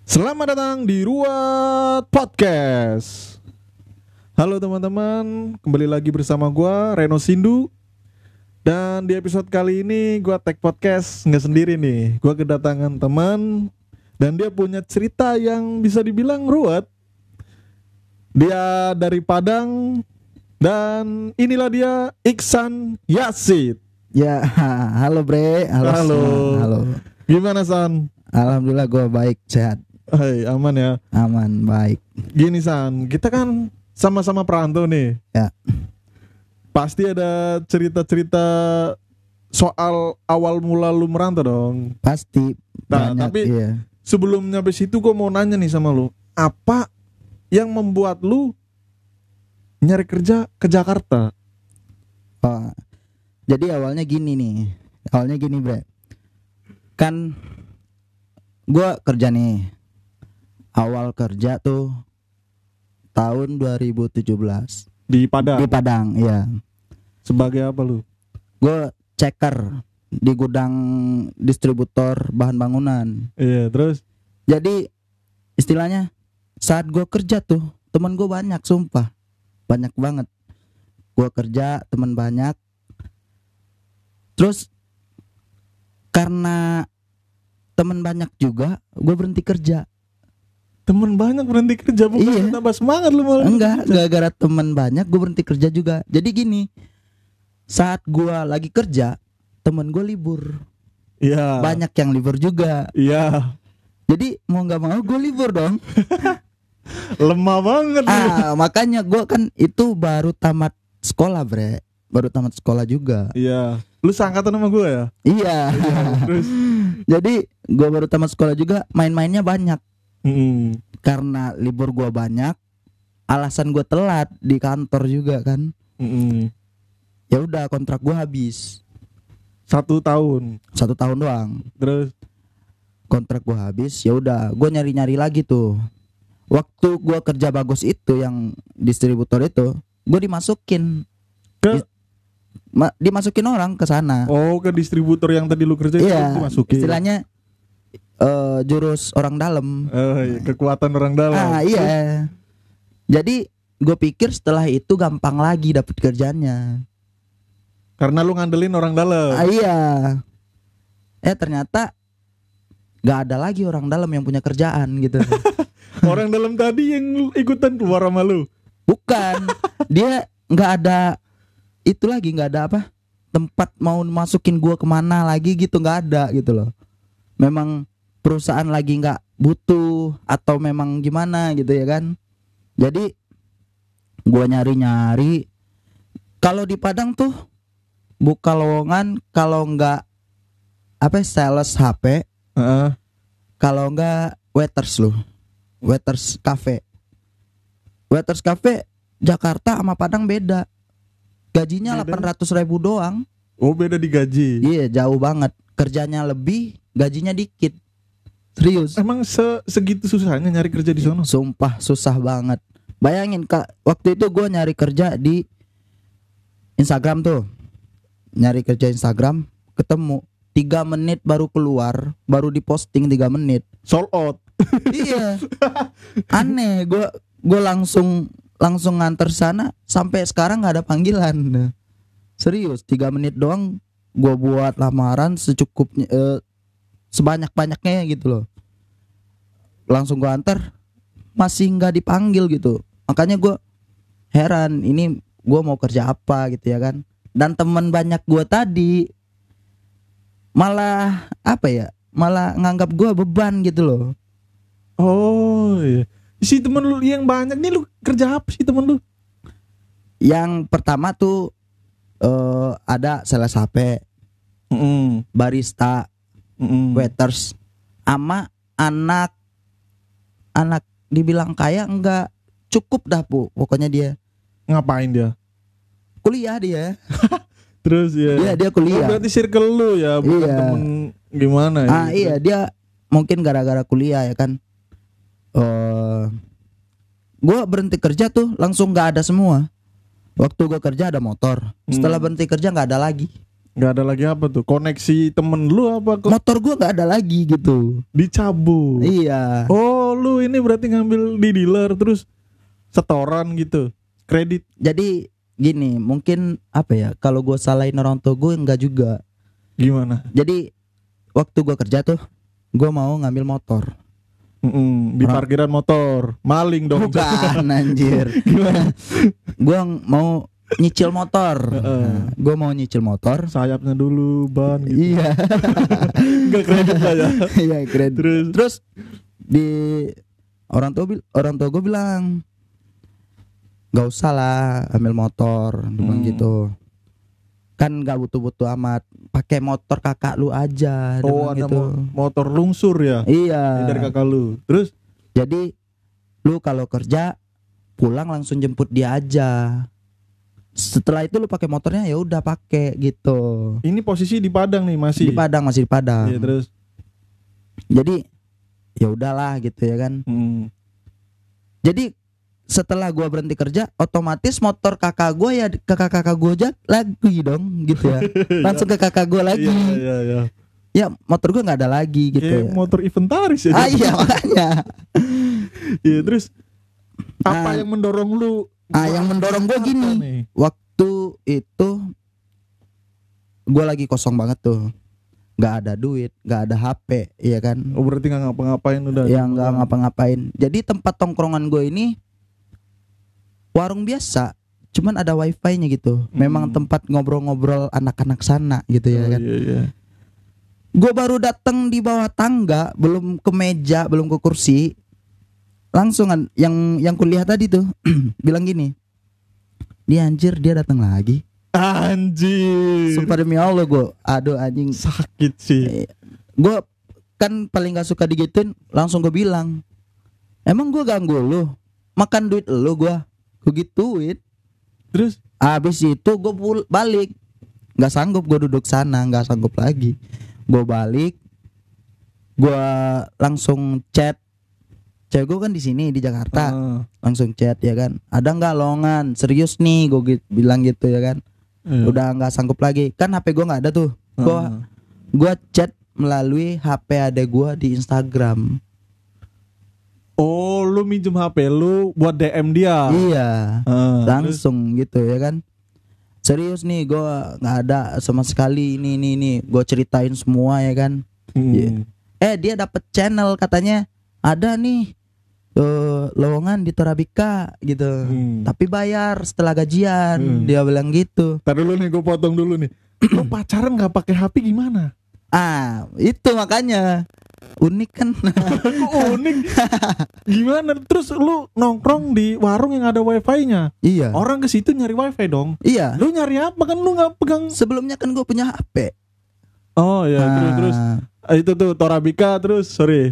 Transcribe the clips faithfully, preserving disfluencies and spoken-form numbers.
Selamat datang di Ruat Podcast. Halo teman-teman, kembali lagi bersama gua Reno Sindu. Dan di episode kali ini gua tag podcast nggak sendiri nih. Gua kedatangan teman dan dia punya cerita yang bisa dibilang ruwet. Dia dari Padang dan inilah dia Iksan Yasid. Ya, halo Bre, halo. Halo. Halo. Gimana San? Alhamdulillah gue baik, sehat, Hai, aman ya. aman, baik. Gini San, kita kan sama-sama perantau nih. Ya. Pasti ada cerita-cerita soal awal mula lu merantau dong. Pasti. Nah, banyak, tapi iya. sebelum nyampe situ gue mau nanya nih sama lu, apa yang membuat lu nyari kerja ke Jakarta? Oh, jadi awalnya gini nih, awalnya gini Bre. Kan gue kerja nih, awal kerja tuh tahun dua ribu tujuh belas Di Padang. di Padang, iya. Sebagai apa lu? Gue checker di gudang distributor bahan bangunan. Iya, terus? Jadi istilahnya saat gue kerja tuh teman gue banyak, sumpah banyak banget. Gue kerja teman banyak. Terus karena teman banyak juga, gue berhenti kerja. Temen banyak berhenti kerja, bukan Iya. tambah semangat lu malah. Enggak, gara-gara teman banyak gue berhenti kerja juga. Jadi gini, saat gue lagi kerja, temen gue libur. Iya. Banyak yang libur juga. Iya. Jadi mau nggak mau gue libur dong. Lemah banget lu. Ah, makanya gue kan itu baru tamat sekolah, Bre. Baru tamat sekolah juga. Iya. Lu seangkatan sama gue ya? Iya. Terus? Jadi gue baru tamat sekolah juga, main-mainnya banyak. Mm. Karena libur gue banyak, alasan gue telat di kantor juga kan. Mm-mm. Ya udah, kontrak gue habis Satu tahun. satu tahun doang. Terus? Kontrak gue habis, ya udah, gue nyari-nyari lagi tuh. Waktu gue kerja bagus itu, yang distributor itu, gue dimasukin Ke? Di- ma- dimasukin orang ke sana. Oh, ke distributor yang tadi lu kerja itu Iya, lu masukin. istilahnya eh, jurus orang dalam. Oh, iya, kekuatan orang dalam. Ah iya. Jadi gue pikir setelah itu gampang lagi dapet kerjanya. Karena lu ngandelin orang dalam. Ah iya. Eh ternyata gak ada lagi orang dalam yang punya kerjaan gitu. Orang dalam tadi yang ikutan keluar sama lu. Bukan. Dia gak ada itu lagi, gak ada apa, tempat mau masukin gue kemana lagi gitu, gak ada gitu loh. Memang perusahaan lagi gak butuh atau memang gimana gitu ya kan. Jadi gue nyari-nyari. Kalau di Padang tuh buka lowongan kalau nggak apa sales H P, Heeh. kalau nggak waiters loh, waiters cafe. Waiters cafe Jakarta sama Padang beda. Gajinya Beda? delapan ratus ribu doang. Oh, beda di gaji. Iya, jauh banget. Kerjanya lebih, gajinya dikit. Serius. Emang se- segitu susahnya nyari kerja di sono? Sumpah susah banget. Bayangin Kak, waktu itu gue nyari kerja di Instagram tuh. Nyari kerja Instagram, ketemu tiga menit baru keluar, baru diposting tiga menit. Sold out. Iya. Aneh, gue gue langsung langsung nganter sana, sampai sekarang nggak ada panggilan. Serius, tiga menit doang gue buat lamaran secukupnya, eh, sebanyak-banyaknya gitu loh. Langsung gue antar, masih nggak dipanggil gitu. Makanya gue heran, ini gue mau kerja apa gitu ya kan. Dan teman banyak gue tadi malah apa ya, malah nganggap gue beban gitu loh. Oh, iya. Si temen lu yang banyak nih, lu kerja apa sih temen lu? Yang pertama tuh eh, ada sales H P, Mm-mm. barista, Mm-mm. waiters, ama anak anak dibilang kaya enggak, cukup dah Bu, pokoknya dia Ngapain dia? kuliah dia. Terus ya. Iya, dia Oh, kuliah. berarti circle lu ya, bukan Iya. temen gimana ya? Ah iya, dia mungkin gara-gara kuliah ya kan. Eh gua berhenti kerja tuh langsung nggak ada semua. Waktu gua kerja ada motor. Setelah Hmm. berhenti kerja nggak ada lagi. Nggak ada lagi apa tuh? Koneksi temen lu apa? Kok Motor gua nggak ada lagi gitu. dicabut? Iya. Oh lu ini berarti ngambil di dealer terus setoran gitu, kredit. Jadi gini, mungkin apa ya? Kalau gue salahin orang tua gue enggak juga. Gimana? Jadi waktu gue kerja tuh, gue mau ngambil motor. Mm-mm, di Orang- parkiran motor, maling dong. Bukan anjir. Gue mau nyicil motor. Heeh. Nah, gue mau nyicil motor. Sayapnya dulu ban gitu. Iya. Enggak kredit lah ya. Iya keren. Terus Terus di orang tua bil- orang tua gue bilang nggak usah lah ambil motor, dia bilang Hmm. gitu. Kan nggak butuh-butuh amat, pakai motor kakak lu aja, dia oh bilang ada gitu. mo- motor lungsur ya. Iya. Dari kakak lu. Terus Jadi lu kalau kerja pulang langsung jemput dia aja. Setelah itu lu pakai motornya ya udah pakai gitu. ini posisi di Padang nih masih. Di Padang, masih di Padang. Iya, terus Jadi ya udahlah gitu ya kan. hmm. Jadi setelah gua berhenti kerja, otomatis motor kakak gua ya ke kakak gua aja lagi dong gitu ya. Langsung ke kakak gua lagi. Iya iya iya. Ya motor gua nggak ada lagi gitu Kayak ya. motor inventaris ya. Ah iya makanya. Iya, terus apa Nah. yang mendorong lu? Ah yang mendorong gua Apa gini. nih? Waktu itu gua lagi kosong banget tuh. Nggak ada duit, nggak ada H P, iya kan. Oh berarti nggak ngapa-ngapain udah. Yang nggak ngapa-ngapain. Jadi tempat tongkrongan gue ini warung biasa, cuman ada wifi-nya gitu. Memang Hmm. tempat ngobrol-ngobrol anak-anak sana gitu ya Oh, kan. iya iya. Gue baru datang di bawah tangga, belum ke meja, belum ke kursi. Langsung an- yang yang kulihat tadi tuh bilang gini, dia anjir dia datang lagi. Anjir. Sumpah demi Allah gue, aduh anjing. Sakit sih. Gue kan paling gak suka digituin, langsung gue bilang, emang gue ganggu lu, makan duit lu gue, gue gituin. Terus Abis itu gue balik, nggak sanggup gue duduk sana, nggak sanggup lagi. Gue balik, gue langsung chat. Cewek gue kan di sini di Jakarta, ah, langsung chat ya kan. Ada nggak lowongan? Serius nih, gue gi- bilang gitu ya kan. iya. Udah nggak sanggup lagi. Kan H P gue nggak ada tuh. Gue Ah. gue chat melalui H P adek gue di Instagram. Oh, lu minjem H P lu buat D M dia. Iya. Ah, terus? Langsung gitu ya kan. Serius nih, gue nggak ada sama sekali ini ini ini. Gue ceritain semua ya kan. Hmm. Iya. Eh dia dapat channel katanya ada nih eh, lowongan di Torabika gitu. Hmm. Tapi bayar setelah gajian. Hmm. Dia bilang gitu. Tar dulu nih, gue potong dulu nih. Lu pacaran nggak pakai H P gimana? Ah itu makanya unik kan. Kok unik? Gimana? Terus lu nongkrong di warung yang ada wifi-nya. Iya. Orang ke situ nyari wifi dong. Iya. Lu nyari apa kan lu nggak pegang? Sebelumnya kan gue punya H P. Oh ya, terus terus Ah, Ah, itu tuh Torabika terus sorry.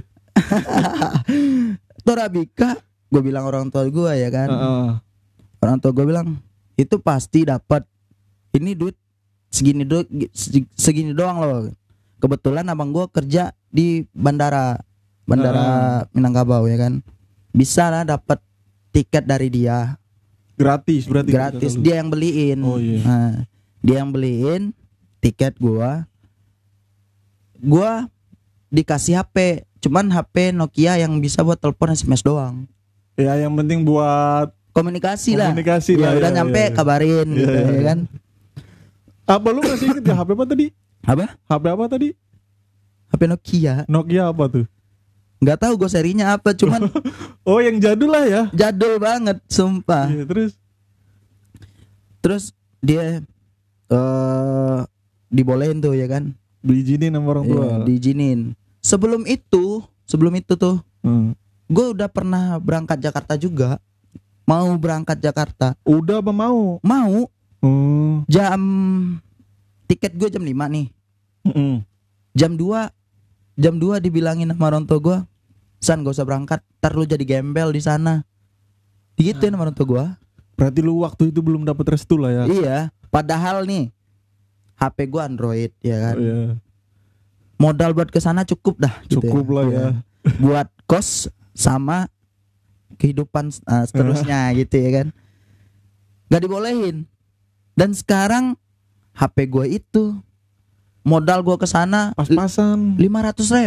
Torabika, gue bilang orang tua gue ya kan. Heeh. Orang tua gue bilang itu pasti dapat. Ini duit segini do segini doang loh. Kebetulan abang gue kerja di bandara bandara Minangkabau ya kan. Bisa lah dapat tiket dari dia Gratis berarti. gratis. kata lu. Dia yang beliin. Oh, iya. Nah, dia yang beliin tiket gua. Gua dikasih H P, cuman H P Nokia yang bisa buat telepon S M S doang. Ya yang penting buat Komunikasi, Komunikasi lah. lah, Ya udah ya, nyampe ya, ya. kabarin Iya, gitu iya, ya iya. kan. apa lu masih inget ya H P apa tadi? Apa? H P apa tadi? H P Nokia. Nokia apa tuh? Nggak tahu gue serinya apa, cuman Oh yang jadul lah ya. jadul banget, sumpah. Iya, terus Terus dia eh dibolehin tuh ya kan. diizinin sama orang tua. Iya, diizinin. Sebelum itu, sebelum itu tuh Hmm. gue udah pernah berangkat Jakarta juga. Mau berangkat Jakarta. Udah apa mau? Mau Hmm. jam tiket gue jam lima nih. Mm-mm. Jam dua jam dua dibilangin sama orang tua gue, "San, gak usah berangkat, ntar lu jadi gembel di sana." Digituin sama orang tua gue. Berarti lu waktu itu belum dapat restu lah ya. Iya, padahal nih H P gue Android ya kan. Oh, iya. Modal buat ke sana cukup dah gitu Cukup lah ya. Buat kos sama kehidupan uh, seterusnya gitu ya kan. Gak dibolehin. Dan sekarang H P gue itu modal gue ke sana Pas-pasan. lima ratus ribu.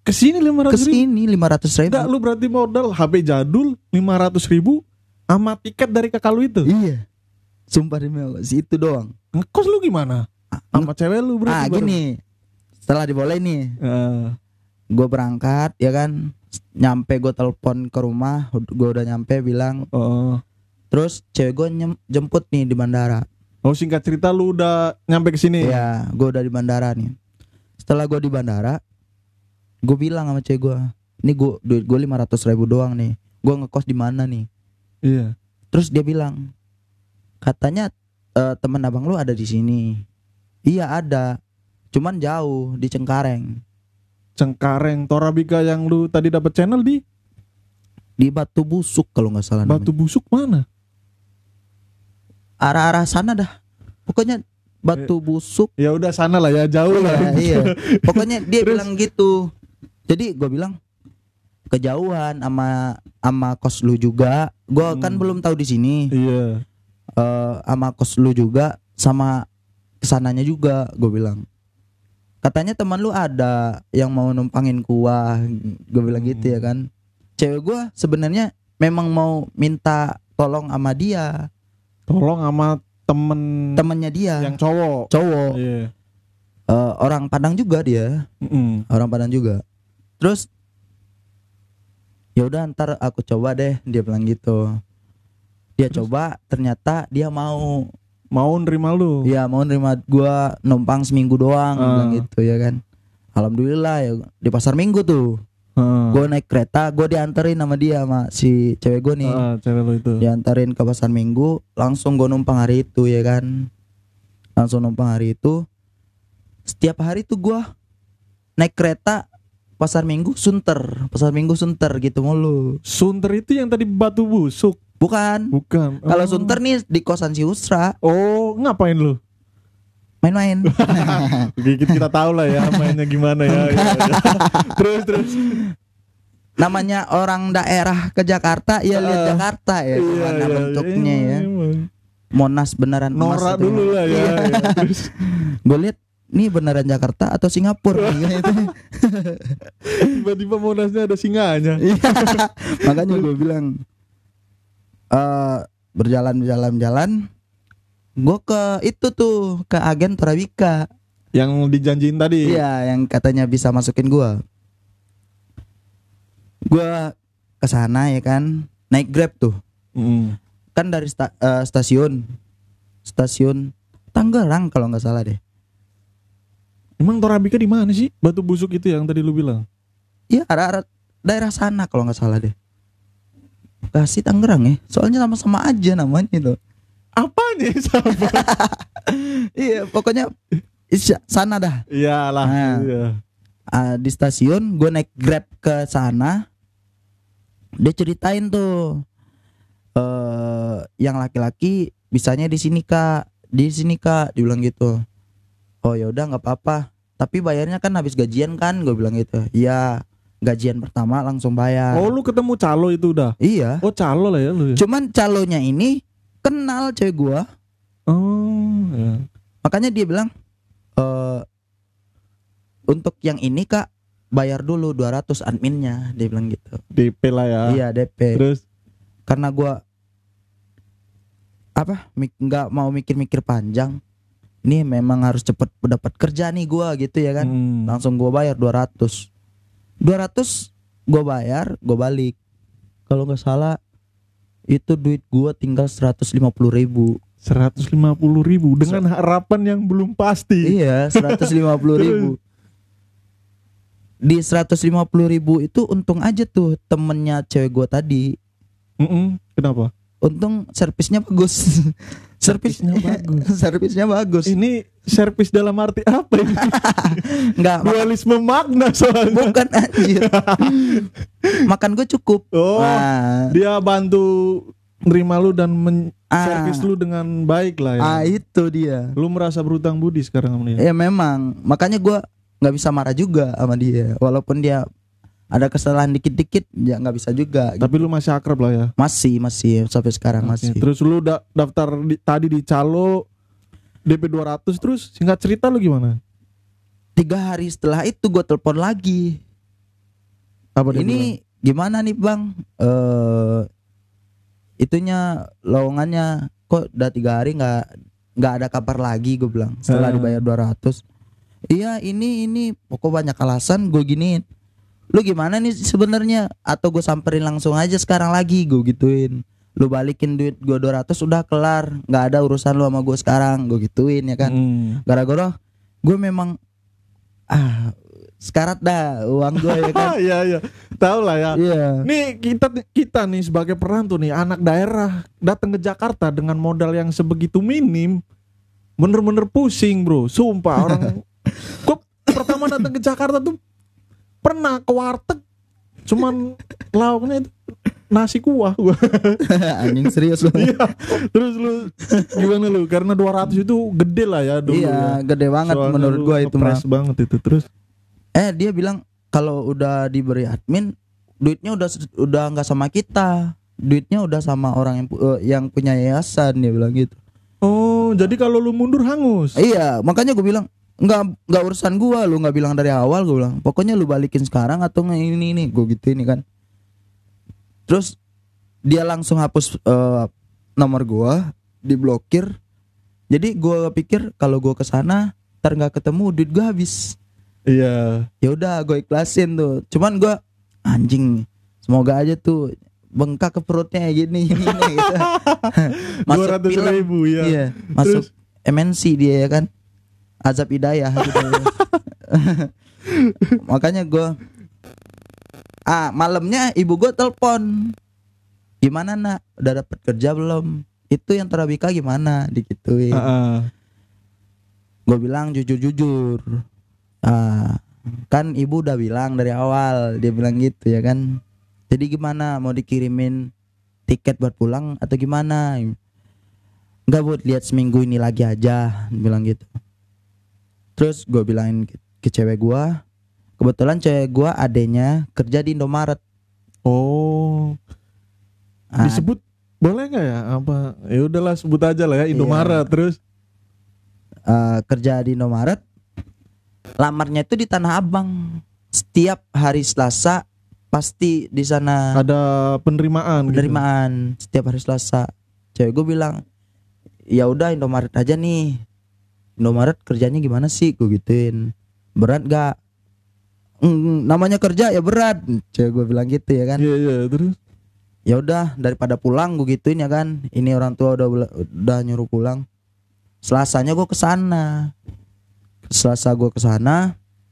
Kesini lima ratus ribu. Kesini lima ratus ribu. Enggak, lu berarti modal H P jadul lima ratus ribu sama tiket dari kakak lu itu. Iya. Sumpah demi Allah, itu doang. Ngekos lu gimana? Sama cewek lu berarti. Ah gini, setelah dibolehin nih, uh. gue berangkat ya kan, nyampe gue telepon ke rumah, gue udah nyampe bilang, uh. terus cewek gue nyem- jemput nih di bandara. Oh singkat cerita lu udah nyampe ke sini? Iya, gue udah di bandara nih. Setelah gue di bandara, gue bilang sama cewek gue, ini gue duit gue lima ratus ribu doang nih, gue ngekos di mana nih? Iya. Terus dia bilang, katanya uh, teman abang lu ada di sini. Iya ada, cuman jauh di Cengkareng. Cengkareng, Torabika yang lu tadi dapat channel di di Batu Busuk kalau nggak salah. Batu namanya. Busuk mana? Arah-arah sana dah. Pokoknya Batu Busuk. Ya udah sana lah ya, jauh lah. Iya. Pokoknya dia Terus? bilang gitu. Jadi gue bilang kejauhan sama sama kos lu juga. Gue Hmm. kan belum tahu di sini. Iya. Eh, sama kos lu juga, sama kesananya juga. Gue bilang. Katanya teman lu ada yang mau numpangin kuah. Gue bilang Hmm. gitu ya kan. Cewek gue sebenarnya memang mau minta tolong sama dia. Tolong sama temen Temennya dia. yang cowok. Cowok. Iya. Eh, orang Padang juga dia. Mm-mm. Orang Padang juga. Terus ya udah ntar aku coba deh, dia bilang gitu. Dia Terus? coba, ternyata dia mau. Mau nerima lu. Iya mau nerima gua numpang seminggu doang. Ah. Bilang gitu ya kan. Alhamdulillah ya, di pasar Minggu tuh Heeh. gua naik kereta, gua dianterin sama dia, sama si cewek gua nih. Heeh, cewek lu itu. Dianterin ke pasar Minggu, langsung gua numpang hari itu ya kan. Langsung numpang hari itu. Setiap hari tuh gua naik kereta pasar Minggu Sunter, pasar Minggu Sunter gitu mulu. Sunter itu yang tadi Batu Busuk. Bukan. Bukan. Kalau Oh. Sunter nih di kosan si Usra, Oh, ngapain lu? main-main. Dikit kita tahu lah ya mainnya gimana ya. Ya, ya. Terus terus. Namanya orang daerah ke Jakarta, ya lihat Ah. Jakarta ya, Iya, gimana iya, bentuknya iya, ya. emang. Monas beneran emas Norak itu. dulu lah ya. Iya. Ya. Terus Gue lihat nih beneran Jakarta atau Singapura gitu. tiba-tiba Monasnya ada singanya. Iya. Makanya gue bilang eh berjalan berjalan jalan, gue ke itu tuh ke agen Torabika. Yang dijanjiin tadi. Iya, yang katanya bisa masukin gue. Gue ke sana ya kan, naik Grab tuh. Mm. Kan dari sta- eh, stasiun stasiun Tangerang kalau nggak salah deh. Emang Torabika di mana sih? Batu Busuk itu yang tadi lu bilang. Iya, arah-arah daerah sana kalau nggak salah deh. Kasih Tangerang ya, soalnya sama-sama aja namanya itu. Apanya sama? Iya, pokoknya isya- sana dah. Iyalah. Nah. Iya. Ah, di stasiun gue naik Grab ke sana. Dia ceritain tuh eh yang laki-laki bisanya di sini Kak, di sini Kak, dibilang gitu. Oh ya udah nggak apa-apa, tapi bayarnya kan habis gajian kan, gue bilang gitu. Iya, gajian pertama langsung bayar. Oh, lu ketemu calo itu udah. Iya. Oh, calo lah ya lu. Ya? Cuman calonya ini kenal cewek gua. Oh, ya. Makanya dia bilang eh untuk yang ini Kak bayar dulu dua ratus adminnya, dia bilang gitu. D P lah ya. Iya, D P. Terus Karena gua apa? mik- nggak mau mikir-mikir panjang. Ini memang harus cepet dapat kerja nih gua gitu ya kan. hmm. Langsung gua bayar dua ratus. dua ratus gua bayar, gua balik. Kalau nggak salah itu duit gua tinggal seratus lima puluh ribu. seratus lima puluh ribu dengan harapan yang belum pasti. Iya, seratus lima puluh ribu. Di seratus lima puluh ribu itu untung aja tuh temennya cewek gua tadi. Mm-mm. Kenapa? Untung servisnya bagus. Servisnya bagus. Servisnya bagus. Ini servis dalam arti apa ini? Enggak, mak- Dualisme makna soalnya. bukan anjir. Makan gue cukup. Oh, Nah, dia bantu nerima lu dan men- Ah. servis lu dengan baik lah ya. ah itu dia. Lu merasa berutang budi sekarang sama dia. Ya memang, makanya gue nggak bisa marah juga sama dia. Walaupun dia ada kesalahan dikit-dikit, ya nggak bisa juga. Tapi lu masih akrab lah ya. Masih, masih sampai sekarang Oke, masih. Terus lu da- daftar di- tadi di calo D P dua ratus, terus singkat cerita lu gimana? Tiga hari setelah itu gue telepon lagi. Apa dia bilang? Ini gimana nih bang? Eh itunya lowongannya kok udah tiga hari nggak nggak ada kabar lagi, gue bilang setelah Ah. dibayar dua ratus. Iya ini ini pokok banyak alasan gue giniin. Lu gimana nih sebenarnya? Atau gue samperin langsung aja sekarang lagi, gue gituin. Lu balikin duit gue dua ratus udah kelar, nggak ada urusan lu sama gue sekarang, gue gituin ya kan. Hmm. Gara-gara gue memang ah sekarat dah uang gue ya kan. Iya iya, tahu lah ya. Iya. Nih kita kita nih sebagai perantau nih, anak daerah datang ke Jakarta dengan modal yang sebegitu minim, bener-bener pusing bro. Sumpah orang, gue pertama datang ke Jakarta tuh pernah ke warteg, cuman lauknya itu nasi kuah gua. Anjing serius lu. Iya. Terus lu gimana lu? Karena dua ratus itu gede lah ya dulu. Iya, ya. gede banget Soalnya menurut lu gua itu mah. ngepres banget itu. Terus Eh dia bilang kalau udah diberi admin duitnya udah udah nggak sama kita, duitnya udah sama orang yang pu- eh, yang punya yayasan, dia bilang gitu. oh, jadi kalau lu mundur hangus. Iya, makanya gue bilang nggak nggak urusan gua, lu nggak bilang dari awal, gue bilang pokoknya lu balikin sekarang atau nggak ini ini, gue gitu ini kan. Terus dia langsung hapus eh, nomor gua, diblokir. Jadi gua pikir kalau gua kesana ntar nggak ketemu, duit gua habis. Iya. Ya udah gue ikhlasin tuh. Cuman gue anjing, semoga aja tuh bengkak ke perutnya gini gini, gini gitu. Dua ratus ribu ya. Iya, masuk Terus? M N C dia ya kan. Azab Hidayah gitu. Makanya gue ah malamnya ibu gue telepon, gimana nak udah dapat kerja belum, itu yang terabika gimana, dikituin. Uh-uh. Gue bilang jujur-jujur. Ah, kan ibu udah bilang dari awal, dia bilang gitu ya kan. Jadi gimana, mau dikirimin tiket buat pulang atau gimana? Enggak, buat lihat seminggu ini lagi aja, dia bilang gitu. Terus gue bilangin ke, ke cewek gue, kebetulan cewek gue adenya kerja di Indomaret. Oh. Ah, Disebut boleh nggak ya? Apa? Ya udahlah sebut aja lah ya Indomaret. Iya. Terus eh, kerja di Indomaret. Lamarnya itu di Tanah Abang. Setiap hari Selasa pasti di sana ada penerimaan. penerimaan setiap hari Selasa. Cewek gue bilang, ya udah Indomaret aja nih. Indomaret kerjanya gimana sih? Gue gituin. Berat gak? Mm, namanya kerja ya berat. Cewek gue bilang gitu ya kan. Iya iya. Terus Ya udah daripada pulang gue gituin ya kan. Ini orang tua udah udah nyuruh pulang. Selasanya gue kesana. Selasa gue kesana,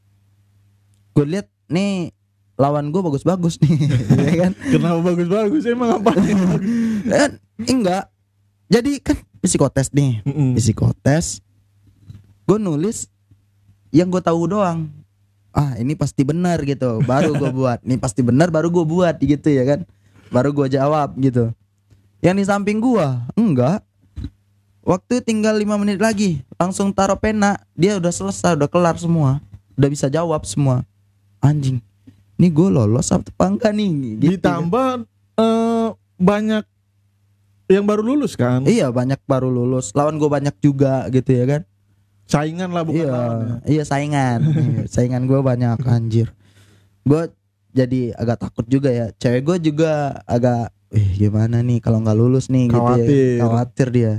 gue lihat nih lawan gue bagus-bagus nih, ya kan? kenapa bagus-bagus? Emang apa? Eh, enggak. Jadi kan psikotes nih, Mm-mm. psikotes. Gue nulis yang gue tahu doang. Ah ini pasti benar gitu. Baru gue buat. Ini pasti benar baru gue buat gitu ya kan. Baru gue jawab gitu. Yang di samping gue enggak. Waktu tinggal lima menit lagi, langsung taruh pena, dia udah selesai, udah kelar semua, udah bisa jawab semua. Anjing, ini gue lolos apa enggak nih? Gitu. Ditambah eh, banyak yang baru lulus kan? Iya banyak baru lulus, lawan gue banyak juga gitu ya kan? Saingan lah bukan Iya, lawan ya. iya saingan, Iya, saingan gue banyak anjir. Gue jadi agak takut juga ya, cewek gue juga agak, eh gimana nih kalau nggak lulus nih? Khawatir. Gitu ya. Khawatir dia.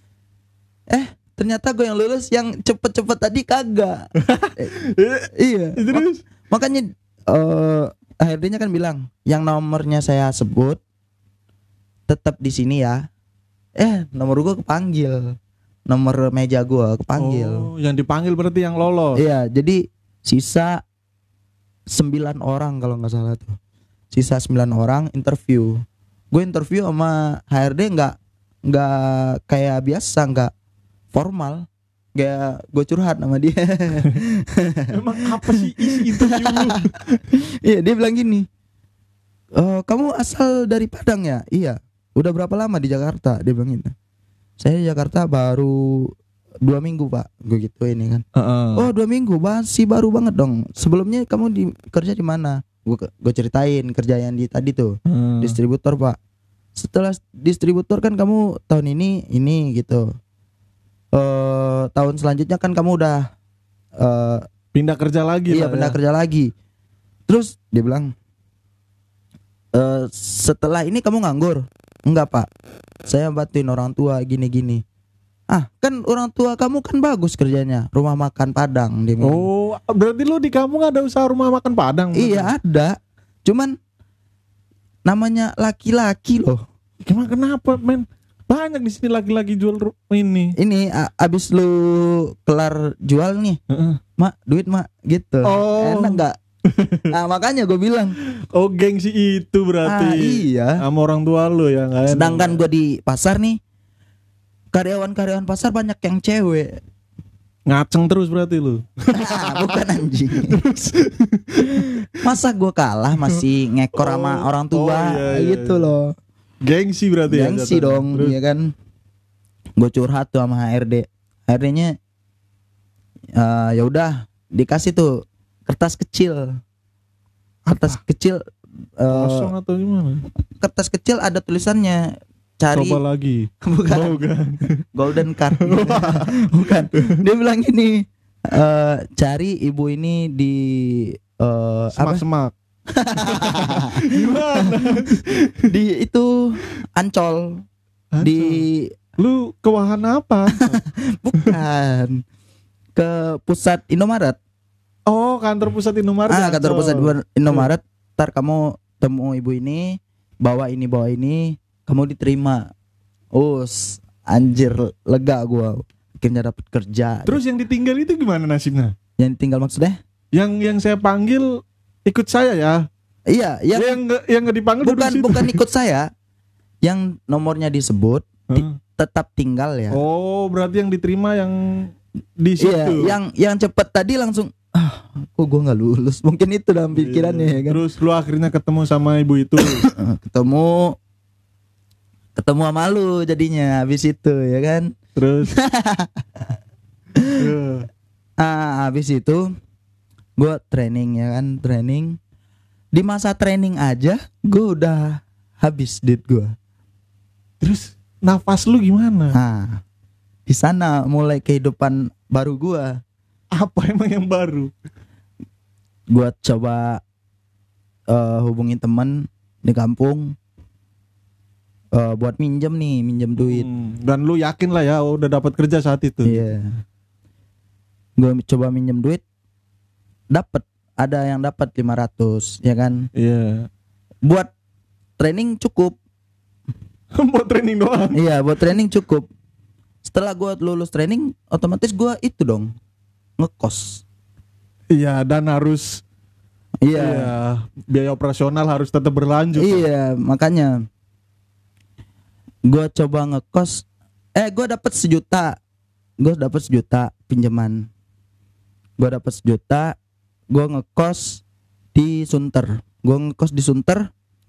Eh ternyata gue yang lulus, yang cepet-cepet tadi kagak. Eh, iya. Terus Mak- makanya eh H R D-nya kan bilang yang nomornya saya sebut tetap di sini ya. Eh nomor gue kepanggil, nomor meja gue kepanggil. Oh, yang dipanggil berarti yang lolos. Iya, jadi sisa sembilan orang kalau nggak salah tuh. Sisa sembilan orang interview. Gue interview sama H R D nggak nggak kayak biasa, nggak formal. Kayak gue curhat sama dia. Emang apa sih isi interview lu? Iya, dia bilang gini. E, kamu asal dari Padang ya? Iya. Udah berapa lama di Jakarta? Dia bilang gitu. Saya di Jakarta baru dua minggu pak. Gue gitu ini kan. Uh-uh. Oh dua minggu, masih baru banget dong. Sebelumnya kamu di kerja di mana? Gue gue ceritain kerja yang di tadi tuh, Hmm. distributor pak. Setelah distributor kan kamu tahun ini ini gitu. Eh tahun selanjutnya kan kamu udah eh Pindah kerja lagi iya lah pindah ya. kerja lagi. Terus dia bilang, eh, setelah ini kamu nganggur? Enggak pak, saya bantuin orang tua gini-gini. Ah kan orang tua kamu kan bagus kerjanya, rumah makan Padang dia bilang. Oh, berarti lu di kampung ada usaha rumah makan Padang? Iya ada, cuman namanya laki-laki loh. Gimana kenapa men? Banyak di sini laki-laki jual ru- ini. Ini a- abis lu kelar jual nih, Heeh. mak duit mak gitu. Oh. Enak nggak? Nah makanya gue bilang. Oh, gengsi itu berarti. Ah, iya. Sama orang tua lu ya nggak enak. Sedangkan gue di pasar nih, karyawan-karyawan pasar banyak yang cewek. Ngaceng terus berarti lu. Ah, bukan anjing. Masa gue kalah masih ngekor sama Oh, orang tua oh, iya, iya, gitu iya. loh. Gengsi berarti ya. Gengsi jatuhnya. dong, Terus, ya kan. Gue curhat tuh sama H R D. H R D-nya eh, ya udah dikasih tuh kertas kecil. Kertas kecil eh, kosong atau gimana? kertas kecil ada tulisannya cari Coba lagi. bukan Oh, bukan. golden card. Bukan. Dia bilang gini, eh, cari ibu ini di eh, apa? Semak-semak. Gimana? Di itu Ancol. Ancol. Di Lu ke wahana apa? bukan ke pusat Indomaret. Oh, kantor pusat Indomaret. Ah, Ancol. kantor pusat Indomaret. Ntar kamu temu ibu ini, bawa ini bawa ini, kamu diterima. Us, anjir lega gua. Akhirnya dapat kerja. Terus yang ditinggal itu gimana nasibnya? Yang tinggal maksudnya? Yang yang saya panggil ikut saya ya. Iya, yang Yang nggak yang nggak dipanggil duduk bukan situ. bukan ikut saya. Yang nomornya disebut ti- Hah? tetap tinggal ya. Oh, berarti yang diterima yang di situ. Iya, yang yang cepet tadi langsung ah, kok gua nggak lulus. Mungkin itu dalam pikirannya Iya. ya kan. Terus lu akhirnya ketemu sama ibu itu. ketemu ketemu sama lu jadinya habis itu ya kan. Terus Iya. Ah, habis itu gue training ya kan, training. Di masa training aja gue udah habis duit gue. Terus nafas lu gimana? Nah, di sana mulai kehidupan baru gue. Apa emang yang baru? Gue coba eh, hubungin temen di kampung eh, buat minjem nih, minjem duit. Hmm, dan lu yakin lah ya udah dapat kerja saat itu. Iya. Gue coba minjem duit, dapat, ada yang dapat lima ratus ya kan. Iya. Buat training cukup. Buat training doang. Iya, buat training cukup. Setelah gue lulus training, otomatis gue itu dong ngekos. Iya, dan harus Iya, iya, biaya operasional harus tetap berlanjut. iya, makanya gue coba ngekos. Eh, gue dapat sejuta, gue dapat sejuta pinjaman. Gue dapat sejuta, gue ngekos di Sunter. Gue ngekos di Sunter.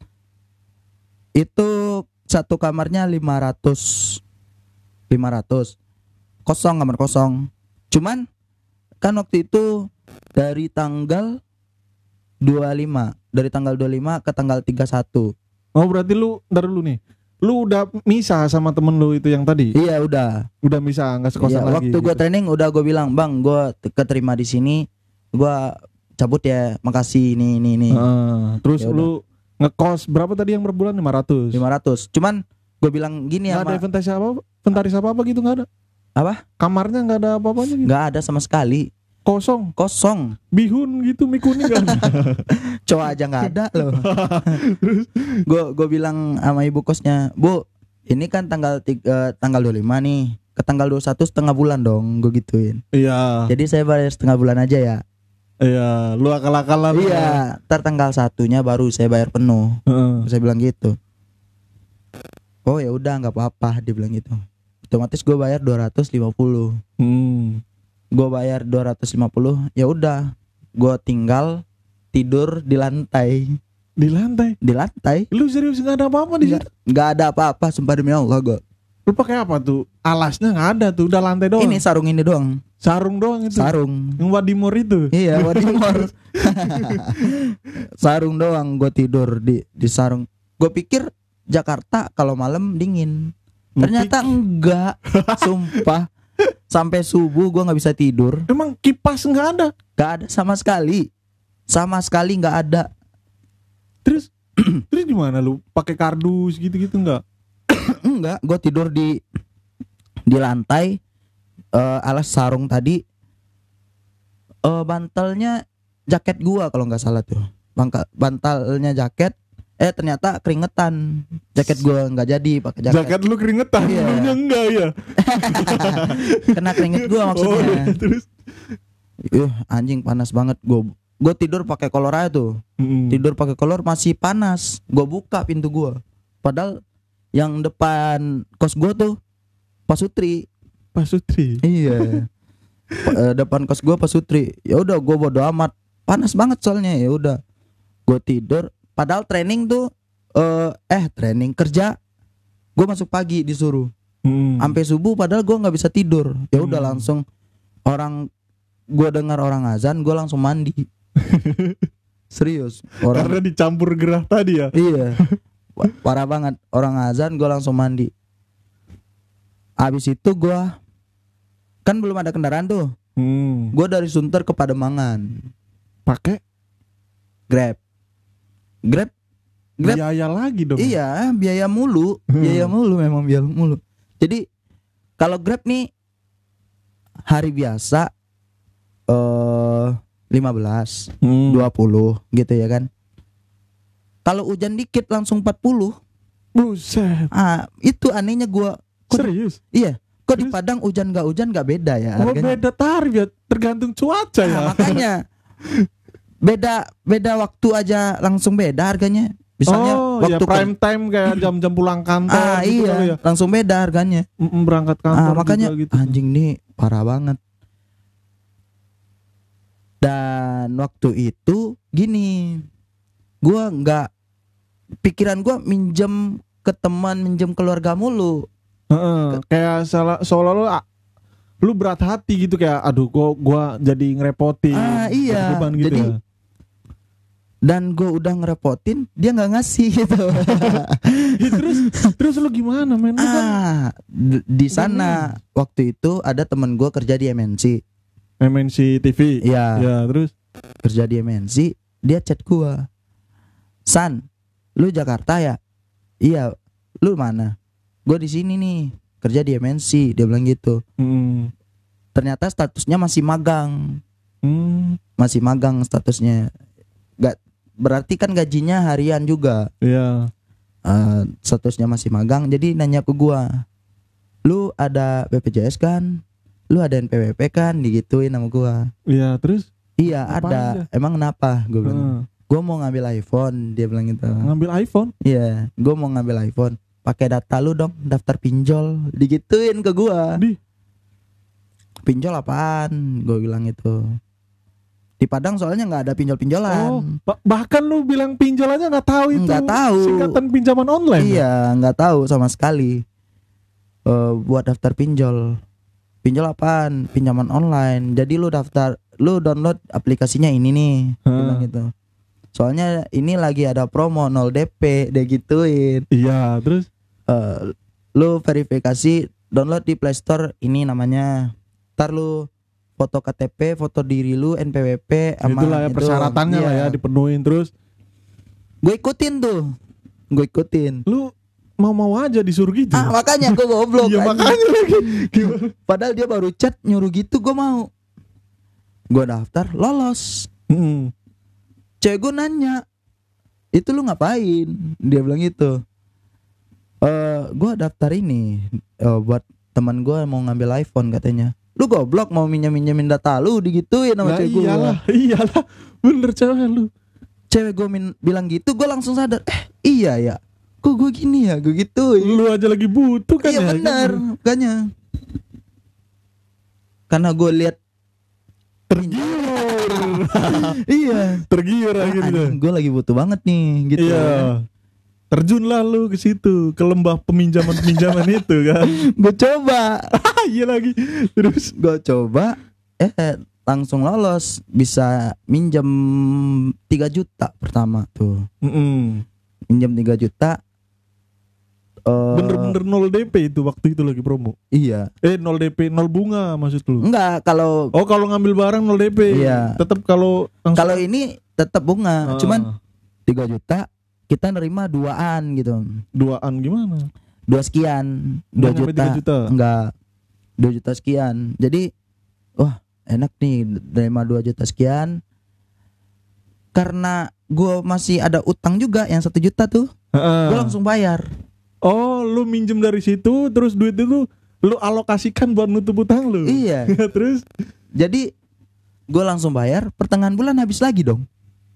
Itu satu kamarnya lima ratus lima ratus kosong, kamar kosong. Cuman kan waktu itu dari tanggal dua puluh lima, dari tanggal dua puluh lima ke tanggal tiga puluh satu. Oh, berarti lu ntar dulu nih. Lu udah misah sama temen lu itu yang tadi? Iya udah. Udah misah, enggak sekosan Iya, lagi. waktu gue gitu. training udah gue bilang, "Bang, gue keterima di sini. Gue cabut ya. Makasih ini ini ini." Heeh. Terus Ya udah. lu ngekos berapa tadi yang per bulan? lima ratus. lima ratus. Cuman gue bilang gini Enggak ada sama inventaris apa inventaris apa apa gitu, enggak ada. apa? Kamarnya enggak ada apa-apanya gitu. Nggak ada sama sekali. Kosong. Kosong. Bihun gitu, mikuni enggak ada. Cowok aja nggak ada loh. Gue gue bilang sama ibu kosnya, "Bu, ini kan tanggal tiga, tanggal dua puluh lima nih. Ke tanggal dua puluh satu setengah bulan dong." Gue gituin. Iya. Jadi saya bayar setengah bulan aja ya. Iya, lu akal-akalan. Iya, ntar tanggal satunya baru saya bayar penuh. Heeh. Saya bilang gitu. Oh ya udah nggak apa-apa, dia bilang gitu. Otomatis gue bayar dua ratus lima puluh. Hmm. Gue bayar dua ratus lima puluh. Ya udah, gue tinggal tidur di lantai. Di lantai. Di lantai. Lu serius enggak ada apa-apa di Nggak, situ? nggak ada apa-apa, sumpah demi Allah gue. Lu pakai apa tuh? Alasnya enggak ada tuh, udah lantai doang. Ini sarung ini doang. sarung doang itu. Sarung. Yang Wadimor itu. Iya, Wadimor. Sarung doang gue tidur di di sarung. Gue pikir Jakarta kalau malam dingin. Ternyata enggak. Sumpah. Sampai subuh gue nggak bisa tidur. Emang kipas enggak ada. Gak ada sama sekali. Sama sekali nggak ada. Terus Terus gimana lu? Pakai kardus gitu-gitu enggak? Enggak, gue tidur di di lantai, eh, alas sarung tadi, eh, bantalnya jaket gua kalau nggak salah tuh. Bangka, bantalnya jaket, eh ternyata keringetan. Jaket gua nggak jadi pakai jaket. Jaket lu keringetan, Iya. lunya enggak ya? Kena keringet gua maksudnya. Oh, iya, terus Yuh, anjing panas banget. Gua gua tidur pakai kolor aja tuh. Mm. Tidur pakai kolor masih panas. Gua buka pintu gua. Padahal yang depan kos gua tuh Pak Sutri. Pak Sutri. Iya. Pa- eh, depan kos gua Pak Sutri. Ya udah gua bodo amat. Panas banget soalnya. Ya udah. Gua tidur. Padahal training tuh eh eh training kerja. Gua masuk pagi disuruh. Mm. Sampai subuh padahal gua nggak bisa tidur. Ya udah Hmm. langsung orang gua dengar orang azan, gua langsung mandi. Serius. Orang Karena dicampur gerah tadi ya. iya. Pa- Parah banget. Orang azan gua langsung mandi. Habis itu gua kan belum ada kendaraan tuh. Hmm. Gua dari Sunter ke Pademangan. Pakai Grab. Grab. Grab. biaya lagi dong. Iya, biaya mulu, Hmm. biaya mulu memang biaya mulu. Jadi kalau Grab nih hari biasa eh lima belas, Hmm. dua puluh gitu ya kan. Kalau hujan dikit langsung empat puluh. Buset. Ah, itu anehnya gua. Kok, Serius? iya, kok di Terus? Padang hujan gak hujan gak beda ya Oh, harganya. beda tarif ya, tergantung cuaca ya. Ah, makanya beda beda waktu aja langsung beda harganya. Misalnya oh, ya waktu prime time kayak jam-jam pulang kantor ah gitu iya kali ya. langsung beda harganya. Mm-mm, berangkat kantor Ah, makanya juga gitu. anjing nih parah banget. Dan waktu itu gini, gua nggak pikiran gua minjem ke teman, minjem keluarga mulu. Heeh, kayak salah seolah-olah ah, lu berat hati gitu kayak aduh gua gua jadi ngerepotin. Ah, iya. Beban gitu Jadi, ya. Dan gue udah ngerepotin, dia nggak ngasih gitu. Ya, terus terus lu gimana men? Lu kan ah, d- di sana waktu itu ada temen gue kerja di M N C. M N C T V. Iya. Ya, terus Kerja di M N C, dia chat gua. San, lu Jakarta ya? Iya. Lu mana? Gua di sini nih, kerja di M N C, dia bilang gitu. hmm, Ternyata statusnya masih magang. hmm, Masih magang statusnya. Gak berarti kan gajinya harian juga. ya. Eh, statusnya masih magang, jadi nanya ke gua. Lu ada B P J S kan? Lu ada N P W P kan? Digituin sama gua. Iya, terus Iya, Apaan ada. dia? Emang kenapa? Gua bilang. Heeh. Gue mau ngambil iPhone, dia bilang gitu. ngambil iPhone. Iya, gue mau ngambil iPhone. Pakai data lu dong, daftar pinjol. Digituin ke gua. Di Pinjol apaan? Gue bilang itu. Di Padang soalnya nggak ada pinjol-pinjolan. Oh, ba- bahkan lu bilang pinjol aja nggak tahu itu. Nggak tahu. Singkatan pinjaman online. ya? Iya, nggak tahu sama sekali. Eh, buat daftar pinjol. Pinjol apaan? Pinjaman online. Jadi lu daftar, lu download aplikasinya ini nih. Dia Hah. bilang gitu. Soalnya ini lagi ada promo nol D P, dia gituin. Iya, terus Eh, lu verifikasi download di Play Store ini namanya. Ntar lu foto K T P, foto diri lu, N P W P sama itulah ya itu. persyaratannya Iya. lah ya dipenuhin terus. Gue ikutin tuh. Gue ikutin. Lu mau-mau aja disuruh gitu. Ah, makanya gue goblok. Iya, anjing. makanya lagi. Gimana? Padahal dia baru chat nyuruh gitu, gue mau. Gue daftar, lolos. Hmm. Cewek gue nanya, itu lu ngapain? Dia bilang gitu. Eh, gue daftar ini eh, buat teman gue mau ngambil iPhone katanya. Lu goblok mau minjem-minjemin data lu, digituin sama Nah, cewek gue. iyalah, iyalah. Bener cewek lu. Cewek gue min- bilang gitu, gue langsung sadar. Eh iya ya, kok gue gini ya, gue gituin. Lu aja lagi butuh kan Iya ya. benar, makanya. Karena gue lihat Tergiur. iya, Tergiur akhirnya. gue lagi butuh banget nih, gitu. Iya. Terjun lah lu ke situ, ke lembah peminjaman-peminjaman itu kan. Gue coba, Iya lagi. Terus gue coba, eh langsung lolos, bisa minjem tiga juta pertama tuh, mm-mm. minjem tiga juta. eh, bener-bener nol D P itu waktu itu lagi promo. Iya, Eh nol D P, nol bunga maksud lu. enggak kalau Oh kalau ngambil barang nol D P. Iya. Tetap kalau langsung- kalau ini tetap bunga, Ah. cuman tiga juta kita nerima duaan gitu. Duaan gimana? Dua sekian, dua Nggak nyampe juta. tiga juta. Enggak. Dua juta sekian. Jadi wah, enak nih nerima dua juta sekian. Karena gue masih ada utang juga yang satu juta tuh, Heeh. gue langsung bayar. Oh, lu minjem dari situ, terus duit itu lu alokasikan buat nutup utang lu. Iya. Terus Jadi gue langsung bayar. Pertengahan bulan habis lagi dong.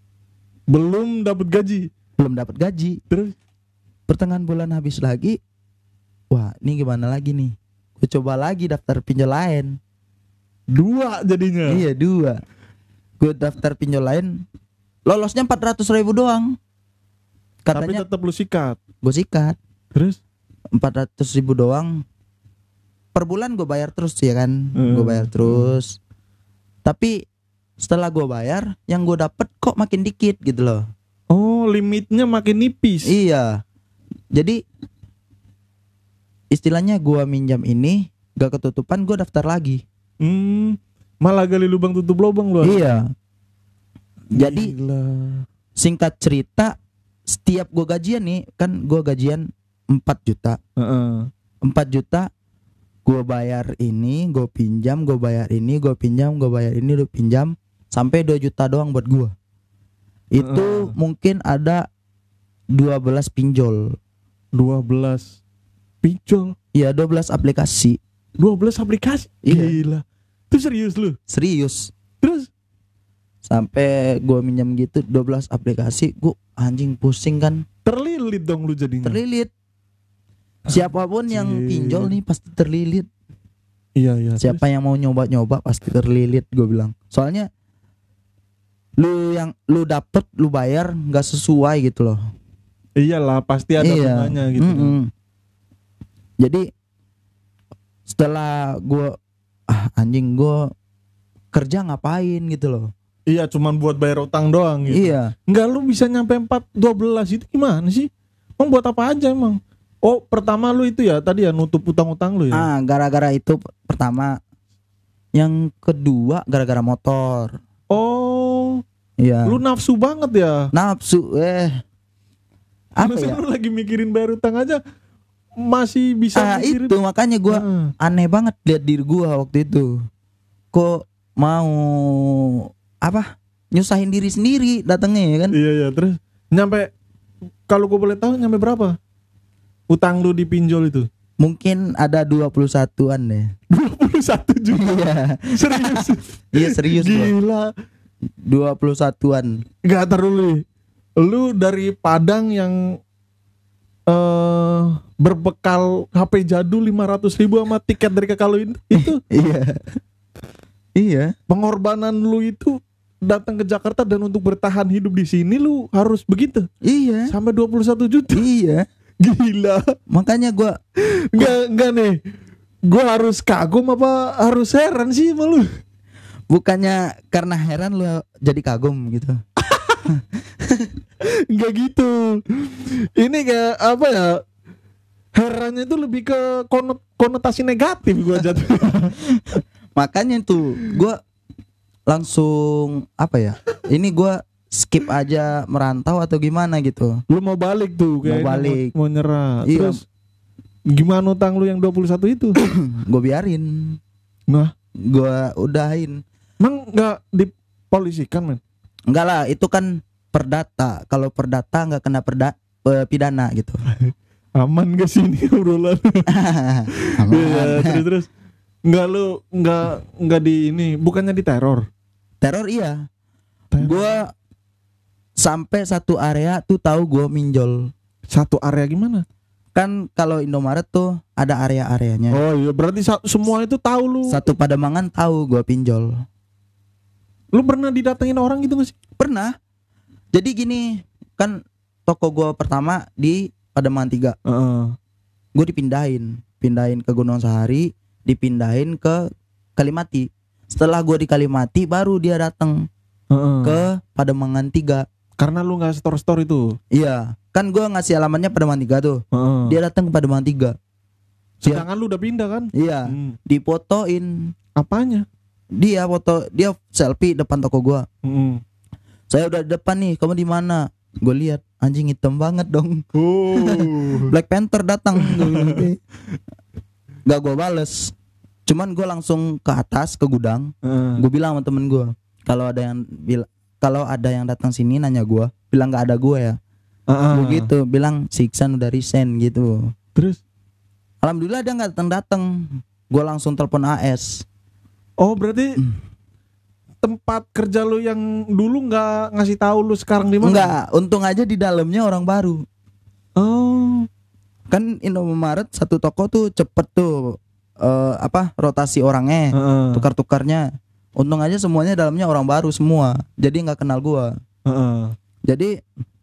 belum dapat gaji. Belum dapat gaji. Terus Pertengahan bulan habis lagi. Wah, ini gimana lagi nih? Gue coba lagi daftar pinjol lain. dua jadinya. Iya, dua. Gue daftar pinjol lain. Lolosnya empat ratus ribu doang. Katanya Tapi tetap lu sikat. gue sikat. Terus Empat ratus ribu doang. Per bulan gue bayar terus ya kan. Hmm. Gue bayar terus. Tapi setelah gue bayar, yang gue dapet kok makin dikit gitu loh. oh, limitnya makin nipis. Iya. Jadi istilahnya gue minjam ini gak ketutupan, gue daftar lagi. Hmm, malah gali lubang tutup lubang lu. Iya. Jadi Gila. singkat cerita, setiap gue gajian nih, kan gue gajian empat juta. Heeh. empat juta gue bayar ini, gue pinjam, gue bayar ini, gue pinjam, gue bayar ini, gue pinjam, sampai dua juta doang buat gue. Itu Uh. mungkin ada dua belas pinjol. dua belas pinjol, Iya, dua belas aplikasi. dua belas aplikasi. Iya. Gila. Itu serius lu? Serius. Terus Sampai gue minjam gitu dua belas aplikasi, gue anjing pusing kan, terlilit dong lu jadinya. terlilit. Siapapun yang Anjing. pinjol nih pasti terlilit. Iya, iya. Siapa yang mau nyoba-nyoba pasti terlilit, gue bilang. Soalnya lu yang lu dapet lu bayar nggak sesuai gitu loh. Terus, iyalah pasti ada Iya. bunganya gitu. Mm-mm. Jadi setelah gue ah, anjing gue kerja ngapain gitu loh. Iya, cuman buat bayar utang doang gitu. Iya. Enggak, lu bisa nyampe empat dua belas itu gimana sih? Emang buat apa aja emang? Oh, pertama lu itu ya tadi ya nutup utang-utang lu ya. Ah, gara-gara itu p- pertama. Yang kedua gara-gara motor. Oh, Iya. lu nafsu banget ya. Nafsu eh apa Masa ya? lu lagi mikirin bayar utang aja masih bisa Ah, mikirin. itu makanya gua Heeh. aneh banget lihat diri gua waktu itu. Kok mau apa? Nyusahin diri sendiri datangnya ya kan? Iya, iya, terus nyampe, kalau gue boleh tahu nyampe berapa? Utang lu di pinjol itu? Mungkin ada dua puluh satuan deh. dua puluh satu juta. Iya. Serius. Iya serius gua. Gila. dua puluh satuan. Gak terlalu. Lu dari Padang yang eh berbekal H P jadul lima ratus ribu sama tiket dari kakak lu itu, itu Iya. Iya. pengorbanan lu itu datang ke Jakarta dan untuk bertahan hidup di sini lu harus begitu Iya. sampai dua puluh satu juta. Iya. Gila. Makanya gua Enggak, enggak nih. Gue harus kagum apa harus heran sih sama lu? bukannya karena heran lu jadi kagum gitu. Enggak gitu. Ini kayak apa ya? Herannya itu lebih ke konot- konotasi negatif gue jatuh. Makanya tuh gua langsung apa ya? Ini gua skip aja merantau atau gimana gitu. Lu mau balik tuh kayak Mau balik. mau, mau nyerah. Iya. Terus gimana utang lu yang dua puluh satu itu? Gue biarin. Nah, Gua udahin. emang enggak dipolisikan, men? Enggak lah, itu kan perdata. Kalau perdata nggak kena perda eh, pidana gitu. Aman gak sih ini obrolan? Aman. Iya, terus terus enggak lu enggak enggak di ini, bukannya di teror. Teror iya. Teror. Gua sampai satu area tuh tahu gue minjol. Satu area gimana? Kan kalau Indomaret tuh ada area-areanya. Oh iya, berarti sa- semua itu tahu lu. Satu Pademangan tahu gue pinjol. Lu pernah didatengin orang gitu gak sih? Pernah. Jadi gini, kan toko gue pertama di Pademangan tiga. Heeh. Gue dipindahin, pindahin ke Gunung Sahari, dipindahin ke Kalimati. Setelah gue di Kalimati baru dia datang Heeh. ke Pademangan tiga. Karena lu nggak store-store itu. Iya, kan gue ngasih alamatnya Pademangan tiga tuh. Heeh. Dia datang ke Pademangan tiga. Sedangkan lu udah pindah kan? Iya, Hmm. difotoin. Apanya? Dia foto, dia selfie depan toko gua. Heeh. Saya udah di depan nih, kamu di mana? Gue lihat anjing hitam banget dong. Oh. Black Panther datang. Gak gue bales. Cuman gue langsung ke atas ke gudang. Uh. Gue bilang sama temen gue, kalau ada yang bilang kalau ada yang datang sini nanya gue, bilang nggak ada gue ya. Uh-uh. Begitu, bilang si Iksan udah resign gitu. Terus? Alhamdulillah dia nggak datang datang. Gue langsung telepon A S. Oh berarti hmm. tempat kerja lu yang dulu nggak ngasih tahu lu sekarang di mana? Enggak, untung aja di dalamnya orang baru. Oh, kan Indomaret satu toko tuh cepet tuh uh, apa rotasi orangnya, uh-uh. tukar-tukarnya. Untung aja semuanya dalamnya orang baru semua, jadi nggak kenal gua. Uh-uh. Jadi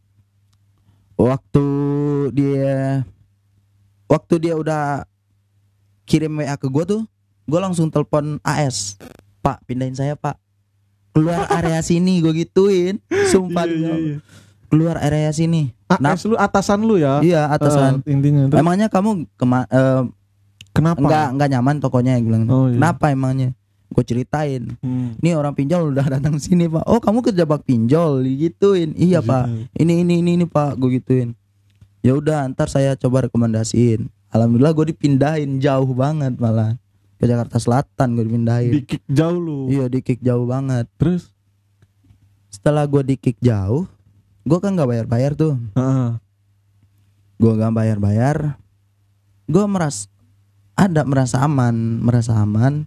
waktu dia waktu dia udah kirim W A ke gua tuh, gua langsung telepon A S. Pak, pindahin saya Pak, keluar area sini, gue gituin. Sumpah, iya, iya, iya. Keluar area sini. A S lu atasan lu ya? Iya atasan. Uh, intinya. Terus? Emangnya kamu kema- uh, kenapa? Enggak enggak nyaman tokonya, gue bilang. Oh, iya. Kenapa emangnya? Gue ceritain. Hmm. Nih orang pinjol udah datang sini Pak. Oh kamu kerja bak pinjol, gituin. Iya Pak. Ini ini ini ini Pak, gue gituin. Ya udah, ntar saya coba rekomendasiin. Alhamdulillah gue dipindahin jauh banget malah. Ke Jakarta Selatan gue dipindahin. Di kick jauh lu. Iya di kick jauh banget. Terus setelah gue di kick jauh, gue kan nggak bayar-bayar tuh. Uh-huh. Gue nggak bayar-bayar. Gue meras ada merasa aman, merasa aman.